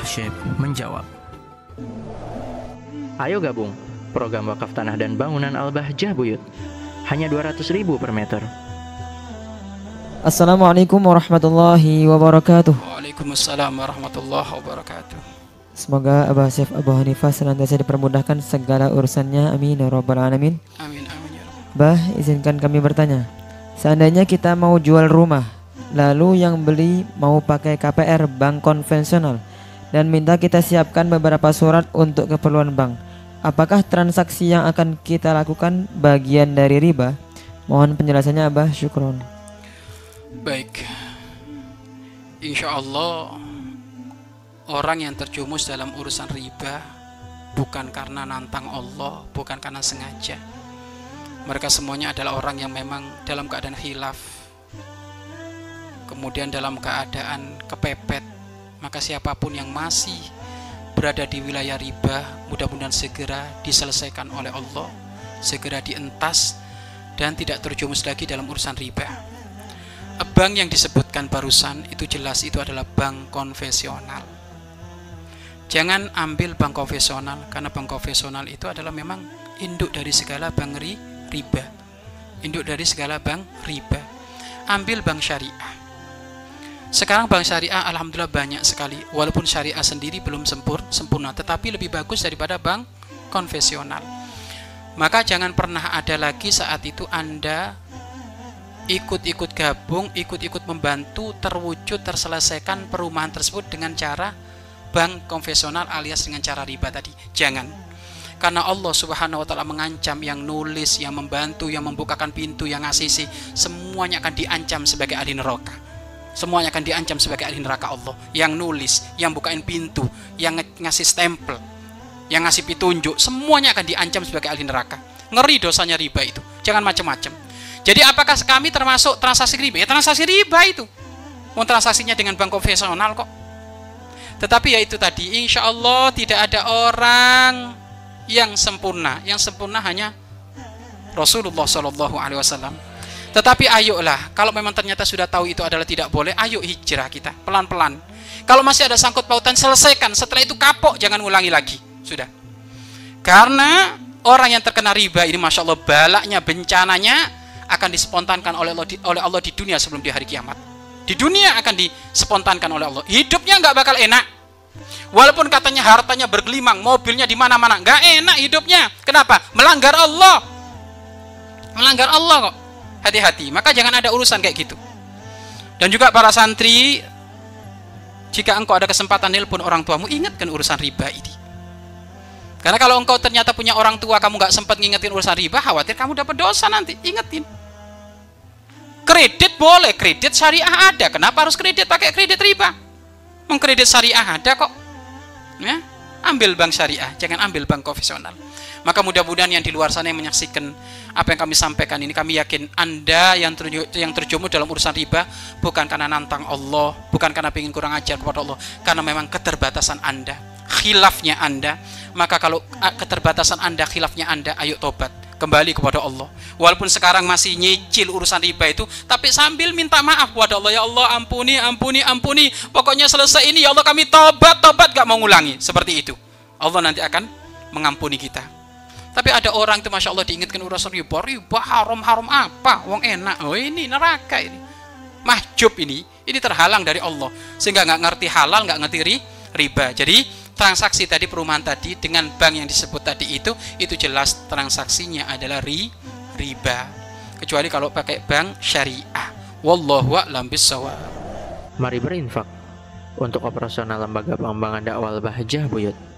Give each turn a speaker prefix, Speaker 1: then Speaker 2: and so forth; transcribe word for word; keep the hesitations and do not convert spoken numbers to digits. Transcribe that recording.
Speaker 1: Syekh menjawab. Ayo gabung program wakaf tanah dan bangunan Al-Bahjah Buyut. Hanya dua ratus ribu per meter.
Speaker 2: Assalamualaikum warahmatullahi wabarakatuh.
Speaker 3: Waalaikumsalam warahmatullahi wabarakatuh.
Speaker 2: Semoga Abah Syekh Abu Hanifah senantiasa dipermudahkan segala urusannya. Amin ya rabbal alamin.
Speaker 3: Amin amin ya rabbal.
Speaker 2: Bah, izinkan kami bertanya. Seandainya kita mau jual rumah, lalu yang beli mau pakai K P R bank konvensional dan minta kita siapkan beberapa surat untuk keperluan bank, apakah transaksi yang akan kita lakukan bagian dari riba? Mohon penjelasannya Abah, syukron.
Speaker 3: Baik, insya Allah orang yang terjumus dalam urusan riba bukan karena nantang Allah, bukan karena sengaja. Mereka semuanya adalah orang yang memang dalam keadaan khilaf, kemudian dalam keadaan kepepet. Maka siapapun yang masih berada di wilayah riba, mudah-mudahan segera diselesaikan oleh Allah, segera dientas dan tidak terjumus lagi dalam urusan riba. Bank yang disebutkan barusan itu jelas itu adalah bank konvensional. Jangan ambil bank konvensional, karena bank konvensional itu adalah memang induk dari segala bank riba, induk dari segala bank riba. Ambil bank syariah. Sekarang bank syariah alhamdulillah banyak sekali, walaupun syariah sendiri belum sempur, sempurna, tetapi lebih bagus daripada bank konvensional. Maka jangan pernah ada lagi saat itu Anda ikut-ikut gabung, ikut-ikut membantu terwujud, terselesaikan perumahan tersebut dengan cara bank konvensional alias dengan cara riba tadi. Jangan. Karena Allah subhanahu wa ta'ala mengancam yang nulis, yang membantu, yang membukakan pintu, yang ngasih, semuanya akan diancam sebagai ahli neraka. Semuanya akan diancam sebagai ahli neraka Allah. Yang nulis, yang bukain pintu, yang ngasih stempel, yang ngasih petunjuk, semuanya akan diancam sebagai ahli neraka. Ngeri dosanya riba itu. Jangan macam-macam. Jadi apakah kami termasuk transaksi riba? Ya transaksi riba itu. Mau transaksinya dengan bank konvensional kok. Tetapi ya itu tadi, insya Allah tidak ada orang yang sempurna. Yang sempurna hanya Rasulullah shallallahu alaihi wasallam. Tetapi ayolah, kalau memang ternyata sudah tahu itu adalah tidak boleh, ayo hijrah kita, pelan-pelan. Kalau masih ada sangkut pautan, selesaikan. Setelah itu kapok, jangan ulangi lagi. Sudah. Karena orang yang terkena riba ini, Masya Allah, balaknya, bencananya akan dispontankan oleh Allah, oleh Allah di dunia sebelum di hari kiamat. Di dunia akan dispontankan oleh Allah. Hidupnya nggak bakal enak. Walaupun katanya hartanya bergelimang, mobilnya di mana-mana, nggak enak hidupnya. Kenapa? Melanggar Allah. Melanggar Allah kok. Hati-hati, maka jangan ada urusan kayak gitu. Dan juga para santri, jika engkau ada kesempatan nelpon orang tuamu, ingatkan urusan riba ini. Karena kalau engkau ternyata punya orang tua, kamu gak sempat ngingetin urusan riba, khawatir kamu dapat dosa nanti. Ingetin. Kredit boleh, kredit syariah ada. Kenapa harus kredit pakai kredit riba? Mengkredit syariah ada kok. Ya? Ambil bank syariah, jangan ambil bank konvensional. Maka mudah-mudahan yang di luar sana yang menyaksikan apa yang kami sampaikan ini, kami yakin Anda yang terju yang terjumus dalam urusan riba bukan karena nantang Allah, bukan karena ingin kurang ajar kepada Allah, karena memang keterbatasan Anda, khilafnya Anda. Maka kalau keterbatasan Anda, khilafnya Anda, ayo tobat, kembali kepada Allah. Walaupun sekarang masih nyicil urusan riba itu, tapi sambil minta maaf kepada Allah. Ya Allah, ampuni, ampuni, ampuni. Pokoknya selesai ini, ya Allah kami tobat, tobat, gak mau ngulangi. Seperti itu. Allah nanti akan mengampuni kita. Tapi ada orang itu Masya Allah diingatkan urusan riba. Riba haram-haram apa? Wong enak. Oh ini neraka ini. Mahjub ini. Ini terhalang dari Allah. Sehingga gak ngerti halal, gak ngerti ri, riba. Jadi transaksi tadi, perumahan tadi dengan bank yang disebut tadi itu, itu jelas transaksinya adalah ri, riba. Kecuali kalau pakai bank syariah. Wallahu a'lam bishawab.
Speaker 1: Mari berinfak untuk operasional lembaga pengembangan dakwah Al-Bahjah Buyut.